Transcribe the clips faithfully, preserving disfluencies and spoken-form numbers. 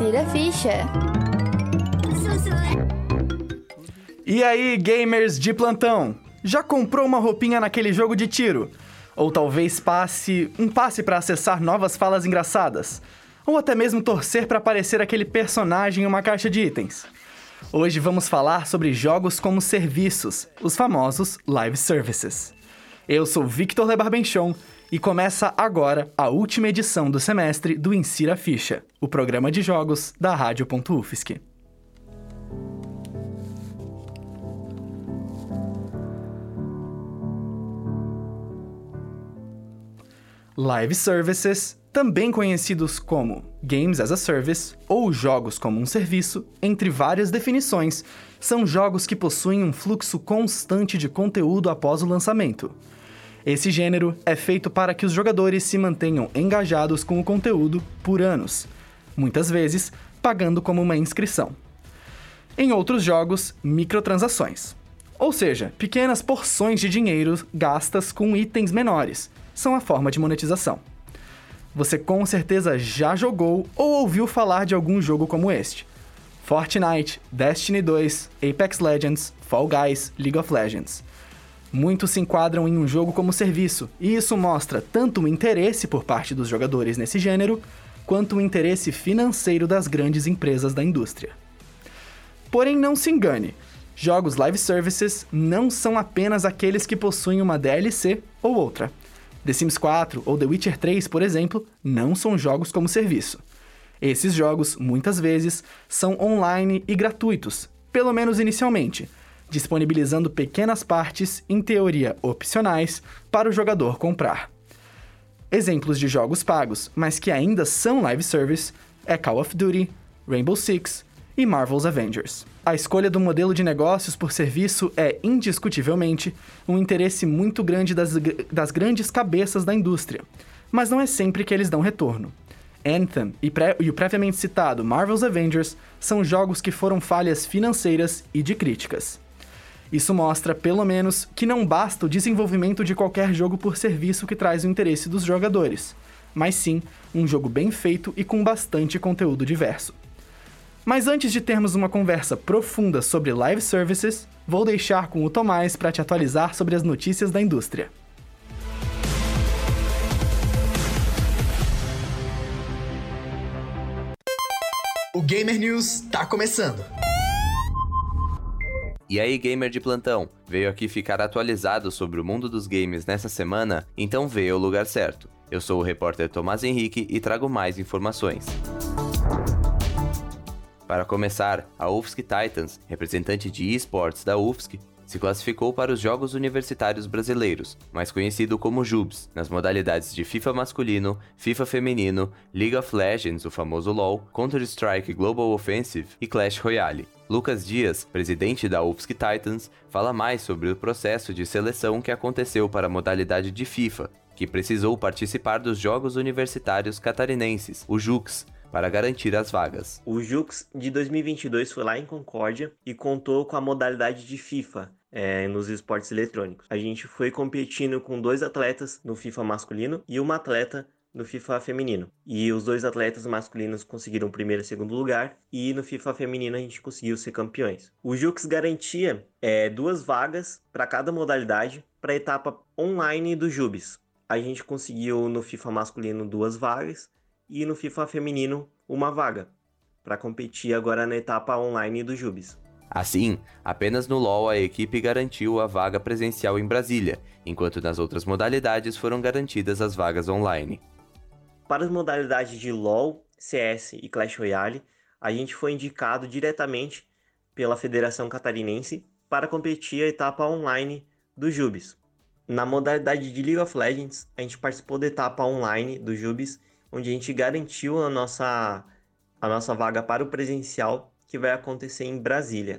Insira ficha. E aí, gamers de plantão? Já comprou uma roupinha naquele jogo de tiro? Ou talvez passe um passe para acessar novas falas engraçadas? Ou até mesmo torcer para aparecer aquele personagem em uma caixa de itens? Hoje vamos falar sobre jogos como serviços, os famosos live services. Eu sou Victor Lebarbenchon e começa agora a última edição do semestre do Insira Ficha, o programa de jogos da Rádio U F S C. Live Services, também conhecidos como Games as a Service ou jogos como um serviço, entre várias definições, são jogos que possuem um fluxo constante de conteúdo após o lançamento. Esse gênero é feito para que os jogadores se mantenham engajados com o conteúdo por anos, muitas vezes pagando como uma inscrição. Em outros jogos, microtransações, ou seja, pequenas porções de dinheiro gastas com itens menores, são a forma de monetização. Você com certeza já jogou ou ouviu falar de algum jogo como este: Fortnite, Destiny dois, Apex Legends, Fall Guys, League of Legends. Muitos se enquadram em um jogo como serviço, e isso mostra tanto o interesse por parte dos jogadores nesse gênero, quanto o interesse financeiro das grandes empresas da indústria. Porém, não se engane, jogos live services não são apenas aqueles que possuem uma D L C ou outra. The Sims quatro ou The Witcher três, por exemplo, não são jogos como serviço. Esses jogos, muitas vezes, são online e gratuitos, pelo menos inicialmente, disponibilizando pequenas partes, em teoria opcionais, para o jogador comprar. Exemplos de jogos pagos, mas que ainda são live service, é Call of Duty, Rainbow Six e Marvel's Avengers. A escolha do modelo de negócios por serviço é, indiscutivelmente, um interesse muito grande das, das grandes cabeças da indústria, mas não é sempre que eles dão retorno. Anthem e, pré, e o previamente citado Marvel's Avengers são jogos que foram falhas financeiras e de críticas. Isso mostra, pelo menos, que não basta o desenvolvimento de qualquer jogo por serviço que traz o interesse dos jogadores, mas sim um jogo bem feito e com bastante conteúdo diverso. Mas antes de termos uma conversa profunda sobre live services, vou deixar com o Tomás para te atualizar sobre as notícias da indústria. O Gamer News tá começando! E aí, gamer de plantão, veio aqui ficar atualizado sobre o mundo dos games nessa semana? Então veio ao lugar certo. Eu sou o repórter Tomás Henrique e trago mais informações. Para começar, a U F S C Titans, representante de esportes da U F S C, se classificou para os Jogos Universitários Brasileiros, mais conhecido como JUBs, nas modalidades de FIFA masculino, FIFA feminino, League of Legends, o famoso LoL, Counter-Strike Global Offensive e Clash Royale. Lucas Dias, presidente da U F S C Titans, fala mais sobre o processo de seleção que aconteceu para a modalidade de FIFA, que precisou participar dos Jogos Universitários Catarinenses, o JUCs, para garantir as vagas. O JUCs de dois mil e vinte e dois foi lá em Concórdia e contou com a modalidade de FIFA é, nos esportes eletrônicos. A gente foi competindo com dois atletas no FIFA masculino e uma atleta no FIFA feminino. E os dois atletas masculinos conseguiram o primeiro e segundo lugar, e no FIFA feminino a gente conseguiu ser campeões. O JUCs garantia é, duas vagas para cada modalidade para a etapa online do JUBs. A gente conseguiu no FIFA masculino duas vagas e no FIFA feminino uma vaga, para competir agora na etapa online do JUBs. Assim, apenas no LoL a equipe garantiu a vaga presencial em Brasília, enquanto nas outras modalidades foram garantidas as vagas online. Para as modalidades de LoL, C S e Clash Royale, a gente foi indicado diretamente pela Federação Catarinense para competir a etapa online do JUBs. Na modalidade de League of Legends, a gente participou da etapa online do JUBs, onde a gente garantiu a nossa, a nossa vaga para o presencial, que vai acontecer em Brasília.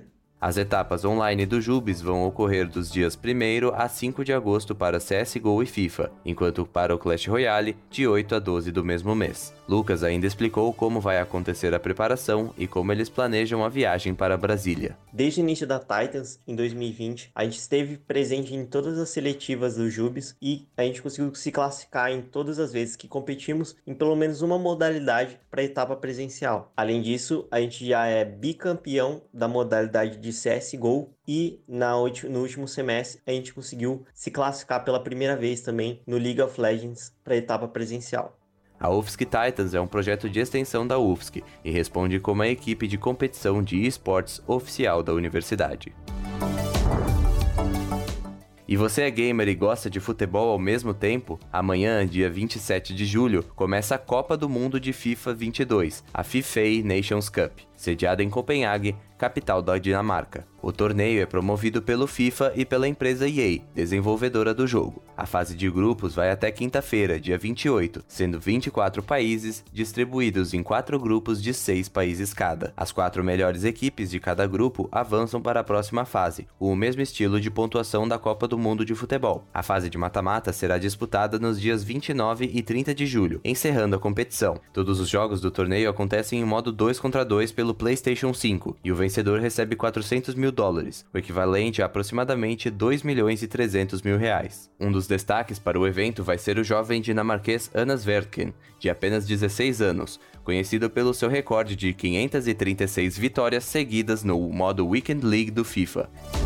As etapas online do Jubes vão ocorrer dos dias primeiro a cinco de agosto para C S G O e FIFA, enquanto para o Clash Royale, de oito a doze do mesmo mês. Lucas ainda explicou como vai acontecer a preparação e como eles planejam a viagem para Brasília. Desde o início da Titans, em dois mil e vinte, a gente esteve presente em todas as seletivas do Jubes e a gente conseguiu se classificar em todas as vezes que competimos em pelo menos uma modalidade para a etapa presencial. Além disso, a gente já é bicampeão da modalidade de C S G O e na, no último semestre a gente conseguiu se classificar pela primeira vez também no League of Legends para a etapa presencial. A U F S C Titans é um projeto de extensão da U F S C e responde como a equipe de competição de esportes oficial da universidade. E você é gamer e gosta de futebol ao mesmo tempo? Amanhã, dia vinte e sete de julho, começa a Copa do Mundo de FIFA vinte e dois, a FIFA Nations Cup, sediada em Copenhague, capital da Dinamarca. O torneio é promovido pelo FIFA e pela empresa E A, desenvolvedora do jogo. A fase de grupos vai até quinta-feira, dia vinte e oito, sendo vinte e quatro países distribuídos em quatro grupos de seis países cada. As quatro melhores equipes de cada grupo avançam para a próxima fase, com o mesmo estilo de pontuação da Copa do Mundo de Futebol. A fase de mata-mata será disputada nos dias vinte e nove e trinta de julho, encerrando a competição. Todos os jogos do torneio acontecem em modo dois contra dois pelo PlayStation cinco, e o vencedor recebe quatrocentos mil dólares, o equivalente a aproximadamente dois milhões e trezentos mil reais. Um dos destaques para o evento vai ser o jovem dinamarquês Anders Verken, de apenas dezesseis anos, conhecido pelo seu recorde de quinhentas e trinta e seis vitórias seguidas no modo Weekend League do FIFA.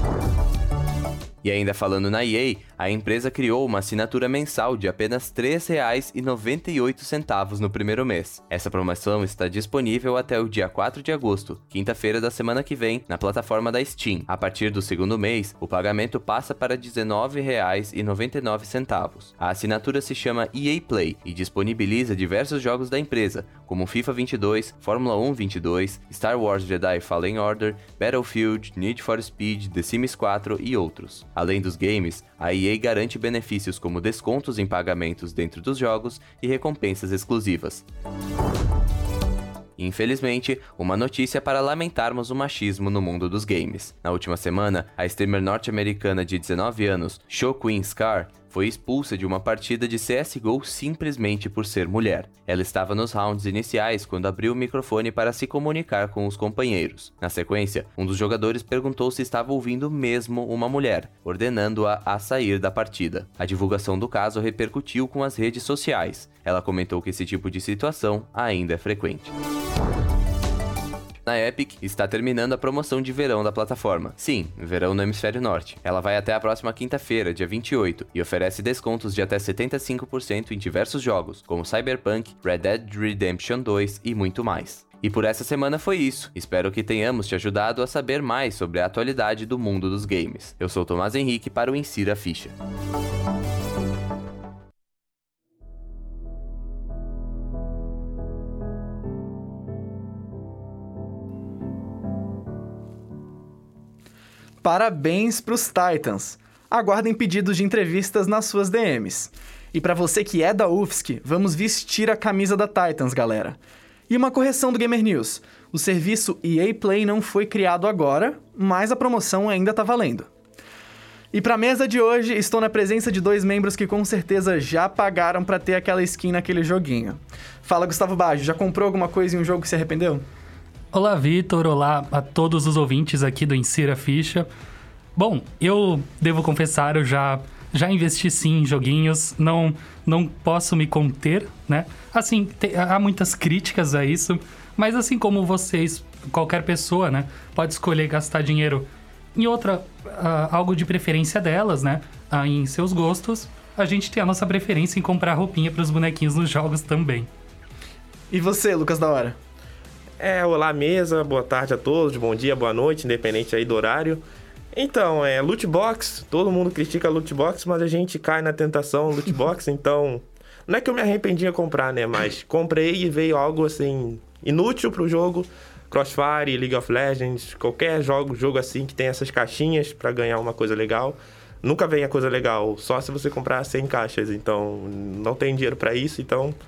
E ainda falando na E A, a empresa criou uma assinatura mensal de apenas três reais e noventa e oito centavos no primeiro mês. Essa promoção está disponível até o dia quatro de agosto, quinta-feira da semana que vem, na plataforma da Steam. A partir do segundo mês, o pagamento passa para dezenove reais e noventa e nove centavos. A assinatura se chama E A Play e disponibiliza diversos jogos da empresa, como FIFA vinte e dois, Fórmula um vinte e dois, Star Wars Jedi Fallen Order, Battlefield, Need for Speed, The Sims quatro e outros. Além dos games, a E A garante benefícios como descontos em pagamentos dentro dos jogos e recompensas exclusivas. Infelizmente, uma notícia para lamentarmos o machismo no mundo dos games. Na última semana, a streamer norte-americana de dezenove anos, Show Queen Scar, foi expulsa de uma partida de C S G O simplesmente por ser mulher. Ela estava nos rounds iniciais quando abriu o microfone para se comunicar com os companheiros. Na sequência, um dos jogadores perguntou se estava ouvindo mesmo uma mulher, ordenando-a a sair da partida. A divulgação do caso repercutiu com as redes sociais. Ela comentou que esse tipo de situação ainda é frequente. Na Epic, está terminando a promoção de verão da plataforma. Sim, verão no hemisfério norte. Ela vai até a próxima quinta-feira, dia vinte e oito, e oferece descontos de até setenta e cinco por cento em diversos jogos, como Cyberpunk, Red Dead Redemption dois e muito mais. E por essa semana foi isso. Espero que tenhamos te ajudado a saber mais sobre a atualidade do mundo dos games. Eu sou o Tomás Henrique para o Insira a Ficha. Parabéns pros Titans! Aguardem pedidos de entrevistas nas suas D Ms. E para você que é da U F S C, vamos vestir a camisa da Titans, galera. E uma correção do Gamer News. O serviço E A Play não foi criado agora, mas a promoção ainda tá valendo. E pra mesa de hoje, estou na presença de dois membros que com certeza já pagaram pra ter aquela skin naquele joguinho. Fala, Gustavo Baggio, já comprou alguma coisa em um jogo que se arrependeu? Olá, Vitor. Olá a todos os ouvintes aqui do Insira a Ficha. Bom, eu devo confessar, eu já, já investi sim em joguinhos, não, não posso me conter, né? Assim, te, há muitas críticas a isso, mas assim como vocês, qualquer pessoa, né, pode escolher gastar dinheiro em outra, uh, algo de preferência delas, né, uh, em seus gostos, a gente tem a nossa preferência em comprar roupinha para os bonequinhos nos jogos também. E você, Lucas da Hora? É, olá mesa, boa tarde a todos, bom dia, boa noite, independente aí do horário. Então, é loot box, todo mundo critica loot box, mas a gente cai na tentação loot box, então... Não é que eu me arrependi de comprar, né, mas comprei e veio algo, assim, inútil pro jogo. Crossfire, League of Legends, qualquer jogo, jogo assim que tem essas caixinhas pra ganhar uma coisa legal. Nunca vem a coisa legal, só se você comprar cem caixas, então não tem dinheiro pra isso, então...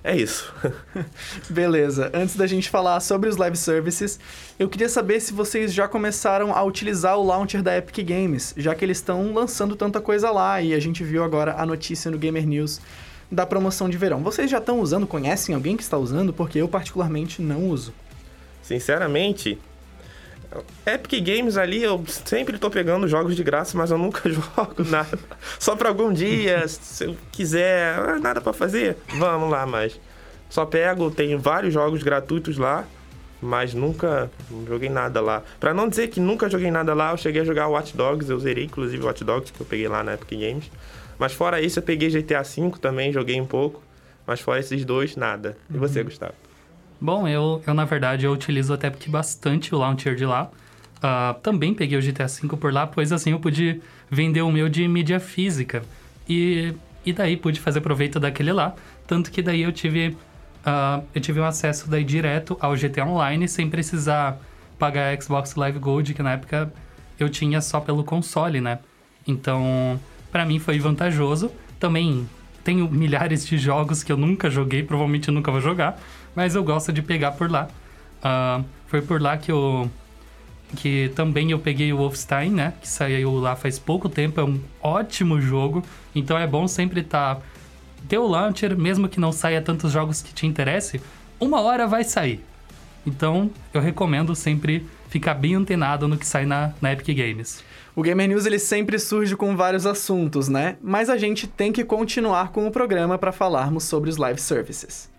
É isso. Beleza. Antes da gente falar sobre os live services, eu queria saber se vocês já começaram a utilizar o launcher da Epic Games, já que eles estão lançando tanta coisa lá e a gente viu agora a notícia no Gamer News da promoção de verão. Vocês já estão usando? Conhecem alguém que está usando? Porque eu particularmente não uso. Sinceramente, Epic Games ali, eu sempre tô pegando jogos de graça, mas eu nunca jogo nada. Só pra algum dia, se eu quiser, nada pra fazer, vamos lá, mas só pego, tem vários jogos gratuitos lá, mas nunca joguei nada lá. Pra não dizer que nunca joguei nada lá, eu cheguei a jogar Watch Dogs, eu zerei inclusive Watch Dogs, que eu peguei lá na Epic Games. Mas fora isso, eu peguei G T A cinco também, joguei um pouco, mas fora esses dois, nada. E você, Gustavo? Bom, eu, eu na verdade, eu utilizo até porque bastante o launcher de lá. Uh, também peguei o G T A cinco por lá, pois assim eu pude vender o meu de mídia física. E, e daí pude fazer proveito daquele lá. Tanto que daí eu tive, uh, eu tive um acesso daí direto ao G T A Online, sem precisar pagar a Xbox Live Gold, que na época eu tinha só pelo console, né? Então, pra mim foi vantajoso. Também tenho milhares de jogos que eu nunca joguei, provavelmente nunca vou jogar, mas eu gosto de pegar por lá. Uh, foi por lá que eu... que também eu peguei o Wolfenstein, né? Que saiu lá faz pouco tempo, é um ótimo jogo. Então é bom sempre estar... Tá, ter o launcher, mesmo que não saia tantos jogos que te interessem, uma hora vai sair. Então eu recomendo sempre ficar bem antenado no que sai na, na Epic Games. O Gamer News ele sempre surge com vários assuntos, né? Mas a gente tem que continuar com o programa para falarmos sobre os live services.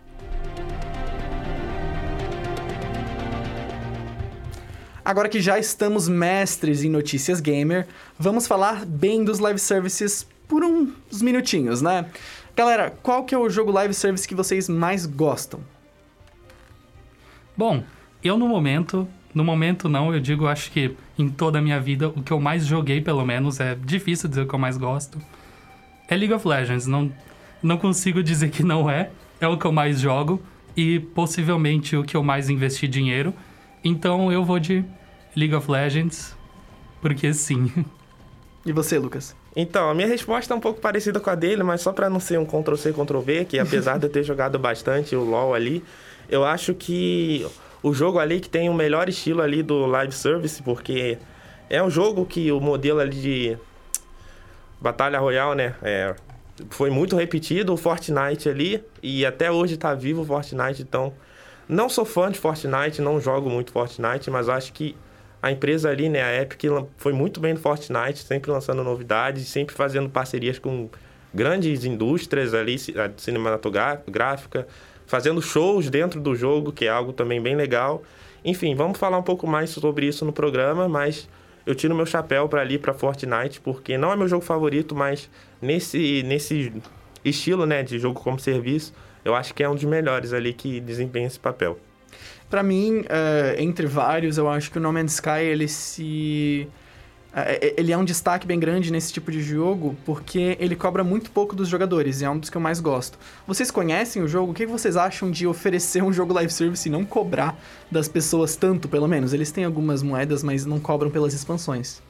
Agora que já estamos mestres em notícias gamer, vamos falar bem dos live services por uns minutinhos, né? Galera, qual que é o jogo live service que vocês mais gostam? Bom, eu no momento... No momento não, eu digo, acho que em toda a minha vida, o que eu mais joguei, pelo menos, é difícil dizer o que eu mais gosto, é League of Legends. Não, não consigo dizer que não é, é o que eu mais jogo e possivelmente o que eu mais investi dinheiro. Então eu vou de League of Legends, porque sim. E você, Lucas? Então, a minha resposta é um pouco parecida com a dele, mas só pra não ser um control C, control V, que apesar de eu ter jogado bastante o LoL ali, eu acho que... o jogo ali que tem o melhor estilo ali do live service, porque é um jogo que o modelo ali de Batalha Royale, né, é, foi muito repetido, o Fortnite ali, e até hoje tá vivo o Fortnite, então não sou fã de Fortnite, não jogo muito Fortnite, mas acho que a empresa ali, né, a Epic, foi muito bem no Fortnite, sempre lançando novidades, sempre fazendo parcerias com grandes indústrias ali, cinematográfica, fazendo shows dentro do jogo, que é algo também bem legal. Enfim, vamos falar um pouco mais sobre isso no programa, mas eu tiro meu chapéu para ali, para Fortnite, porque não é meu jogo favorito, mas nesse, nesse estilo, né, de jogo como serviço, eu acho que é um dos melhores ali que desempenha esse papel. Para mim, uh, entre vários, eu acho que o No Man's Sky, ele se... ele é um destaque bem grande nesse tipo de jogo, porque ele cobra muito pouco dos jogadores, e é um dos que eu mais gosto. Vocês conhecem o jogo? O que vocês acham de oferecer um jogo live service e não cobrar das pessoas tanto, pelo menos? Eles têm algumas moedas, mas não cobram pelas expansões.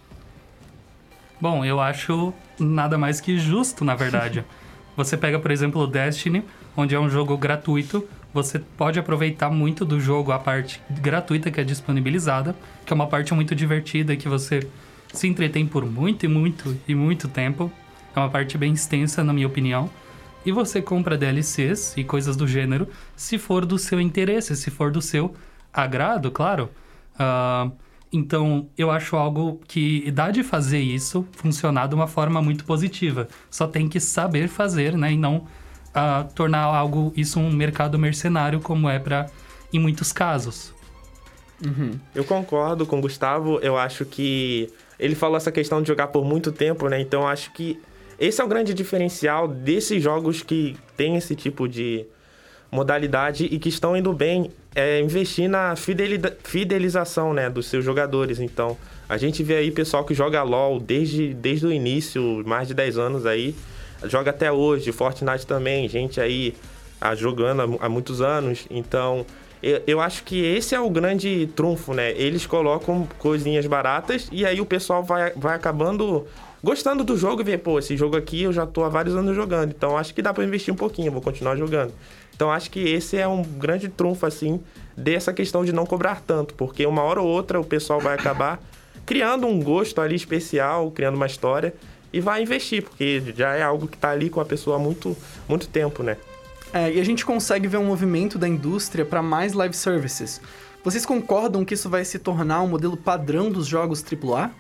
Bom, eu acho nada mais que justo, na verdade. Você pega, por exemplo, o Destiny, onde é um jogo gratuito, você pode aproveitar muito do jogo, a parte gratuita que é disponibilizada, que é uma parte muito divertida, que você... se entretém por muito e muito e muito tempo. É uma parte bem extensa, na minha opinião. E você compra D L Cs e coisas do gênero, se for do seu interesse, se for do seu agrado, claro. Uh, então, eu acho algo que dá de fazer isso funcionar de uma forma muito positiva. Só tem que saber fazer, né? E não uh, tornar algo, isso um mercado mercenário, como é pra, em muitos casos. Uhum. Eu concordo com o Gustavo. Eu acho que... ele falou essa questão de jogar por muito tempo, né? Então, acho que esse é o grande diferencial desses jogos que tem esse tipo de modalidade e que estão indo bem, é investir na fidelida- fidelização, né, dos seus jogadores. Então, a gente vê aí pessoal que joga LoL desde, desde o início, mais de dez anos aí, joga até hoje, Fortnite também, gente aí ah, jogando há, há muitos anos. Então... eu acho que esse é o grande trunfo, né? Eles colocam coisinhas baratas e aí o pessoal vai, vai acabando gostando do jogo e ver, pô, esse jogo aqui eu já tô há vários anos jogando, então acho que dá pra investir um pouquinho, eu vou continuar jogando. Então acho que esse é um grande trunfo, assim, dessa questão de não cobrar tanto, porque uma hora ou outra o pessoal vai acabar criando um gosto ali especial, criando uma história e vai investir, porque já é algo que tá ali com a pessoa há muito, muito tempo, né? É, e a gente consegue ver um movimento da indústria para mais live services. Vocês concordam que isso vai se tornar um modelo padrão dos jogos triplo A?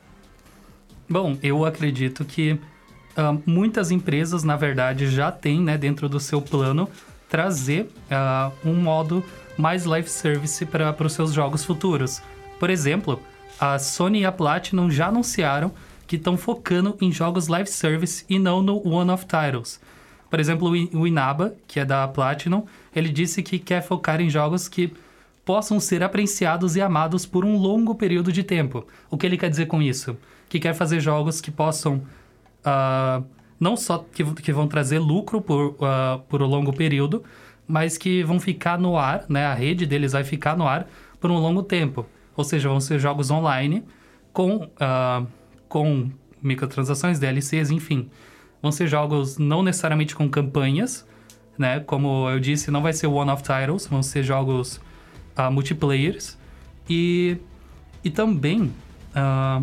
Bom, eu acredito que uh, muitas empresas, na verdade, já têm, né, dentro do seu plano, trazer uh, um modo mais live service para os seus jogos futuros. Por exemplo, a Sony e a Platinum já anunciaram que estão focando em jogos live service e não no one-off titles. Por exemplo, o Inaba, que é da Platinum, ele disse que quer focar em jogos que possam ser apreciados e amados por um longo período de tempo. O que ele quer dizer com isso? Que quer fazer jogos que possam, uh, não só que, que vão trazer lucro por, uh, por um longo período, mas que vão ficar no ar, né? A rede deles vai ficar no ar por um longo tempo. Ou seja, vão ser jogos online com, uh, com microtransações, D L Cs, enfim. Vão ser jogos não necessariamente com campanhas, né? Como eu disse, não vai ser one-off titles, vão ser jogos uh, multiplayers. E, e também, uh,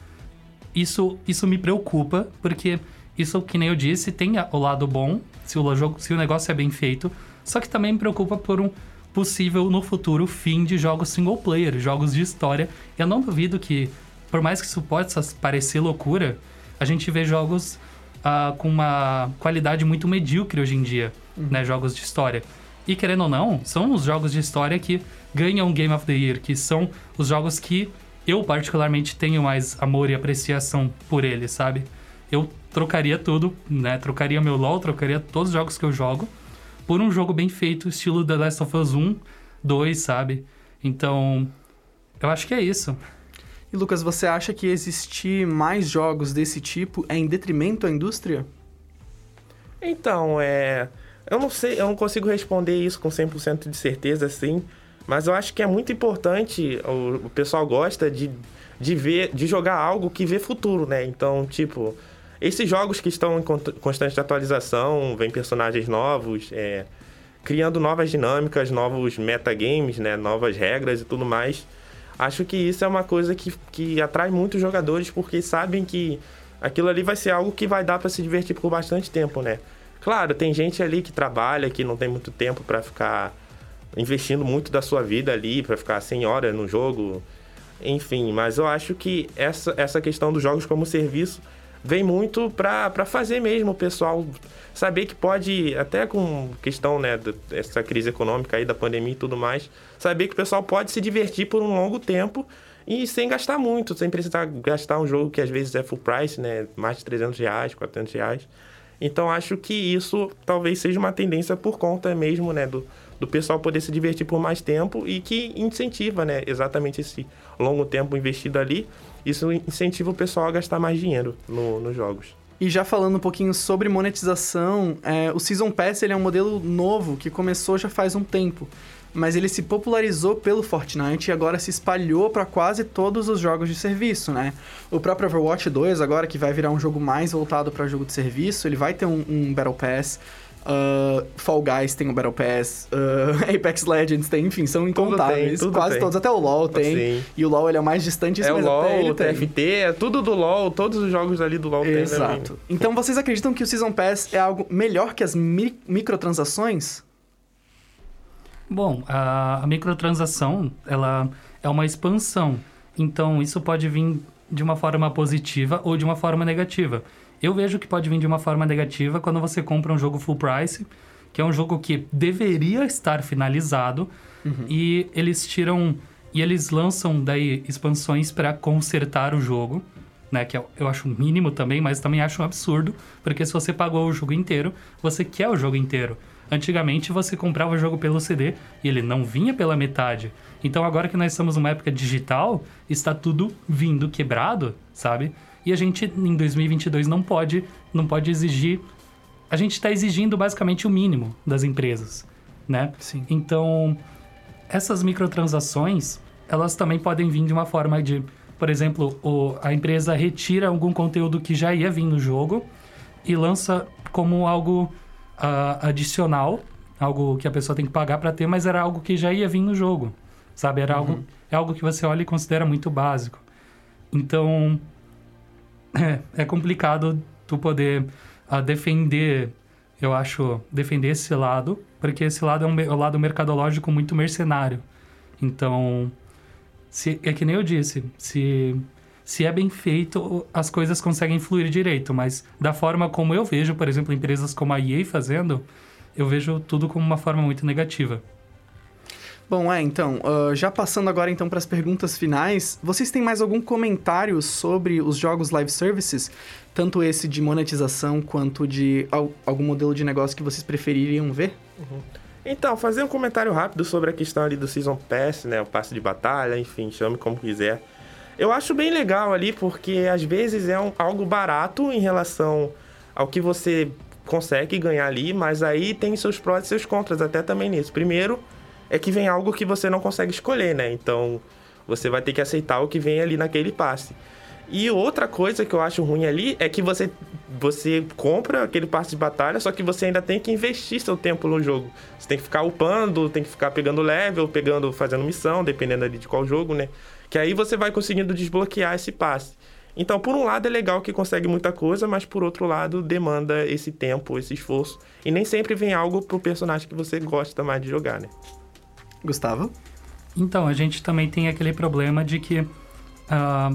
isso, isso me preocupa, porque isso, que nem eu disse, tem o lado bom, se o, jogo, se o negócio é bem feito, só que também me preocupa por um possível, no futuro, fim de jogos single player, jogos de história. Eu não duvido que, por mais que isso possa parecer loucura, a gente vê jogos Uh, com uma qualidade muito medíocre hoje em dia, uhum. né? Jogos de história. E, querendo ou não, são os jogos de história que ganham Game of the Year, que são os jogos que eu, particularmente, tenho mais amor e apreciação por eles, sabe? Eu trocaria tudo, né? Trocaria meu LoL, trocaria todos os jogos que eu jogo por um jogo bem feito, estilo The Last of Us um, dois, sabe? Então, eu acho que é isso. E, Lucas, você acha que existir mais jogos desse tipo é em detrimento à indústria? Então, é... Eu não sei, eu não consigo responder isso com cem por cento de certeza, assim, mas eu acho que é muito importante, o, o pessoal gosta de, de ver, de jogar algo que vê futuro, né? Então, tipo, esses jogos que estão em constante atualização, vem personagens novos, é, criando novas dinâmicas, novos metagames, né? Novas regras e tudo mais. Acho que isso é uma coisa que, que atrai muitos jogadores, porque sabem que aquilo ali vai ser algo que vai dar para se divertir por bastante tempo, né? Claro, tem gente ali que trabalha, que não tem muito tempo para ficar investindo muito da sua vida ali, para ficar cem horas no jogo, enfim. Mas eu acho que essa, essa questão dos jogos como serviço vem muito para fazer mesmo o pessoal saber que pode, até com questão, né, dessa crise econômica aí, da pandemia e tudo mais, saber que o pessoal pode se divertir por um longo tempo e sem gastar muito, sem precisar gastar um jogo que às vezes é full price, né, mais de trezentos reais, quatrocentos reais. Então acho que isso talvez seja uma tendência por conta mesmo, né, do, do pessoal poder se divertir por mais tempo e que incentiva, né, exatamente esse longo tempo investido ali. Isso incentiva o pessoal a gastar mais dinheiro no, nos jogos. E já falando um pouquinho sobre monetização, é, o Season Pass ele é um modelo novo que começou já faz um tempo, mas ele se popularizou pelo Fortnite e agora se espalhou para quase todos os jogos de serviço, né? O próprio Overwatch dois, agora que vai virar um jogo mais voltado para jogo de serviço, ele vai ter um, um Battle Pass. Uh, Fall Guys tem o Battle Pass, uh, Apex Legends tem, enfim, são incontáveis, tudo tem, tudo quase tem. todos, até o LoL tem, Sim. E o LoL ele é o mais distante, é mas o LoL, até ele o T F T, tem. é tudo do LoL, todos os jogos ali do LoL tem. Exato. Né, então vocês acreditam que o Season Pass é algo melhor que as mi- microtransações? Bom, a, a microtransação, ela é uma expansão, então isso pode vir de uma forma positiva ou de uma forma negativa. Eu vejo que pode vir de uma forma negativa quando você compra um jogo full price, que é um jogo que deveria estar finalizado, uhum. e eles tiram e eles lançam daí expansões para consertar o jogo, né, que eu, eu acho mínimo também, mas também acho um absurdo, porque se você pagou o jogo inteiro, você quer o jogo inteiro. Antigamente você comprava o jogo pelo C D e ele não vinha pela metade. Então agora que nós estamos numa época digital, está tudo vindo quebrado, sabe? E a gente em dois mil e vinte e dois não pode, não pode exigir... A gente está exigindo basicamente o mínimo das empresas, né? Sim. Então, essas microtransações, elas também podem vir de uma forma de por exemplo, o, a empresa retira algum conteúdo que já ia vir no jogo e lança como algo uh, adicional, algo que a pessoa tem que pagar para ter, mas era algo que já ia vir no jogo, sabe? Era uhum. algo, é algo que você olha e considera muito básico. Então, é, é complicado tu poder uh, defender, eu acho, defender esse lado, porque esse lado é um, um lado mercadológico muito mercenário. Então, se, é que nem eu disse, se, se é bem feito, as coisas conseguem fluir direito, mas da forma como eu vejo, por exemplo, empresas como a E A fazendo, eu vejo tudo como uma forma muito negativa. Bom, é, então, uh, já passando agora então para as perguntas finais, vocês têm mais algum comentário sobre os jogos live services? Tanto esse de monetização quanto de al- algum modelo de negócio que vocês prefeririam ver? Uhum. Então, fazer um comentário rápido sobre a questão ali do Season Pass, né, o passe de batalha, enfim, chame como quiser. Eu acho bem legal ali, porque às vezes é um, algo barato em relação ao que você consegue ganhar ali, mas aí tem seus prós e seus contras até também nisso. Primeiro, é que vem algo que você não consegue escolher, né? Então, você vai ter que aceitar o que vem ali naquele passe. E outra coisa que eu acho ruim ali é que você, você compra aquele passe de batalha, só que você ainda tem que investir seu tempo no jogo. Você tem que ficar upando, tem que ficar pegando level, pegando, fazendo missão, dependendo ali de qual jogo, né? Que aí você vai conseguindo desbloquear esse passe. Então, por um lado é legal que consegue muita coisa, mas por outro lado demanda esse tempo, esse esforço. E nem sempre vem algo pro personagem que você gosta mais de jogar, né? Gustavo? Então, a gente também tem aquele problema de que uh,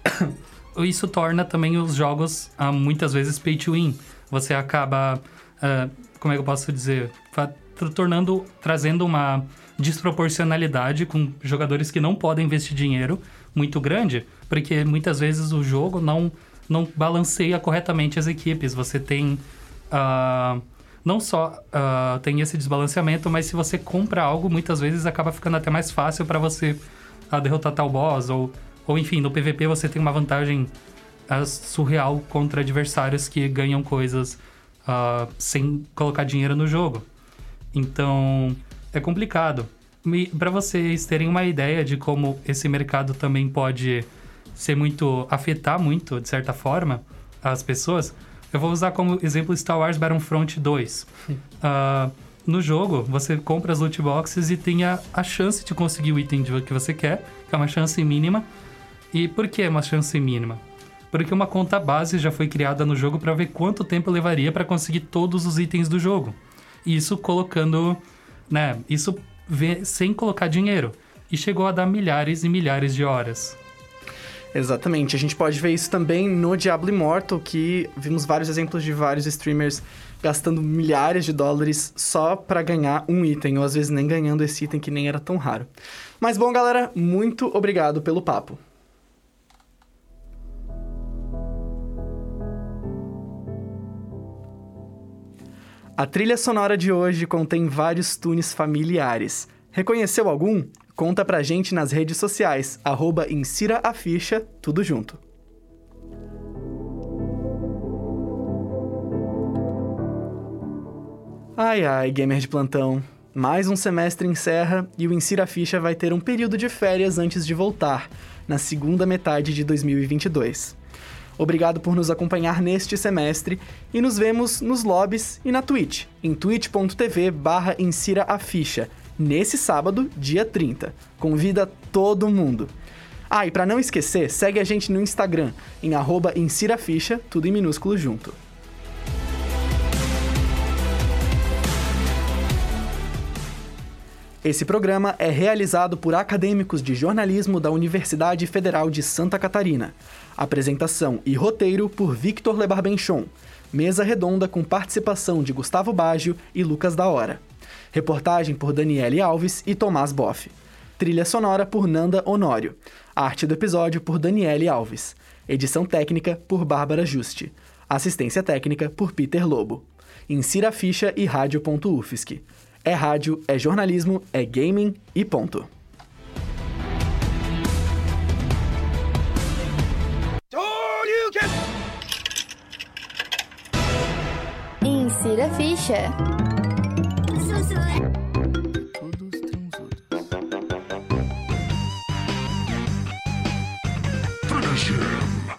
isso torna também os jogos uh, muitas vezes pay to win. Você acaba, uh, como é que eu posso dizer, tornando, trazendo uma desproporcionalidade com jogadores que não podem investir dinheiro muito grande, porque muitas vezes o jogo não, não balanceia corretamente as equipes. Você tem... Uh, não só uh, tem esse desbalanceamento, mas se você compra algo, muitas vezes acaba ficando até mais fácil para você uh, derrotar tal boss, ou, ou enfim, no P V P você tem uma vantagem uh, surreal contra adversários que ganham coisas uh, sem colocar dinheiro no jogo. Então, é complicado. Para vocês terem uma ideia de como esse mercado também pode ser muito, afetar muito, de certa forma, as pessoas... Eu vou usar como exemplo Star Wars Battlefront dois. Uh, no jogo, você compra as loot boxes e tem a, a chance de conseguir o item que você quer, que é uma chance mínima. E por que é uma chance mínima? Porque uma conta base já foi criada no jogo para ver quanto tempo levaria para conseguir todos os itens do jogo. E isso colocando, né, isso vê, sem colocar dinheiro. E chegou a dar milhares e milhares de horas. Exatamente, a gente pode ver isso também no Diablo Immortal, que vimos vários exemplos de vários streamers gastando milhares de dólares só pra ganhar um item, ou às vezes nem ganhando esse item que nem era tão raro. Mas bom, galera, muito obrigado pelo papo. A trilha sonora de hoje contém vários tunes familiares. Reconheceu algum? Conta pra gente nas redes sociais, arroba Insira a Ficha, tudo junto. Ai, ai, gamer de plantão. Mais um semestre encerra e o Insira a Ficha vai ter um período de férias antes de voltar, na segunda metade de dois mil e vinte e dois. Obrigado por nos acompanhar neste semestre e nos vemos nos lobbies e na Twitch, em twitch.tv barra Insira a Ficha, nesse sábado, dia trinta. Convida todo mundo. Ah, e pra não esquecer, segue a gente no Instagram, em arroba insiraficha, tudo em minúsculo junto. Esse programa é realizado por acadêmicos de jornalismo da Universidade Federal de Santa Catarina. Apresentação e roteiro por Victor Lebarbenchon. Mesa redonda com participação de Gustavo Baggio e Lucas da Hora. Reportagem por Daniele Alves e Tomás Boff. Trilha sonora por Nanda Honório. Arte do episódio por Daniele Alves. Edição técnica por Bárbara Juste. Assistência técnica por Peter Lobo. Insira a Ficha e rádio.ufsc. É rádio, é jornalismo, é gaming e ponto. Insira a Ficha. him.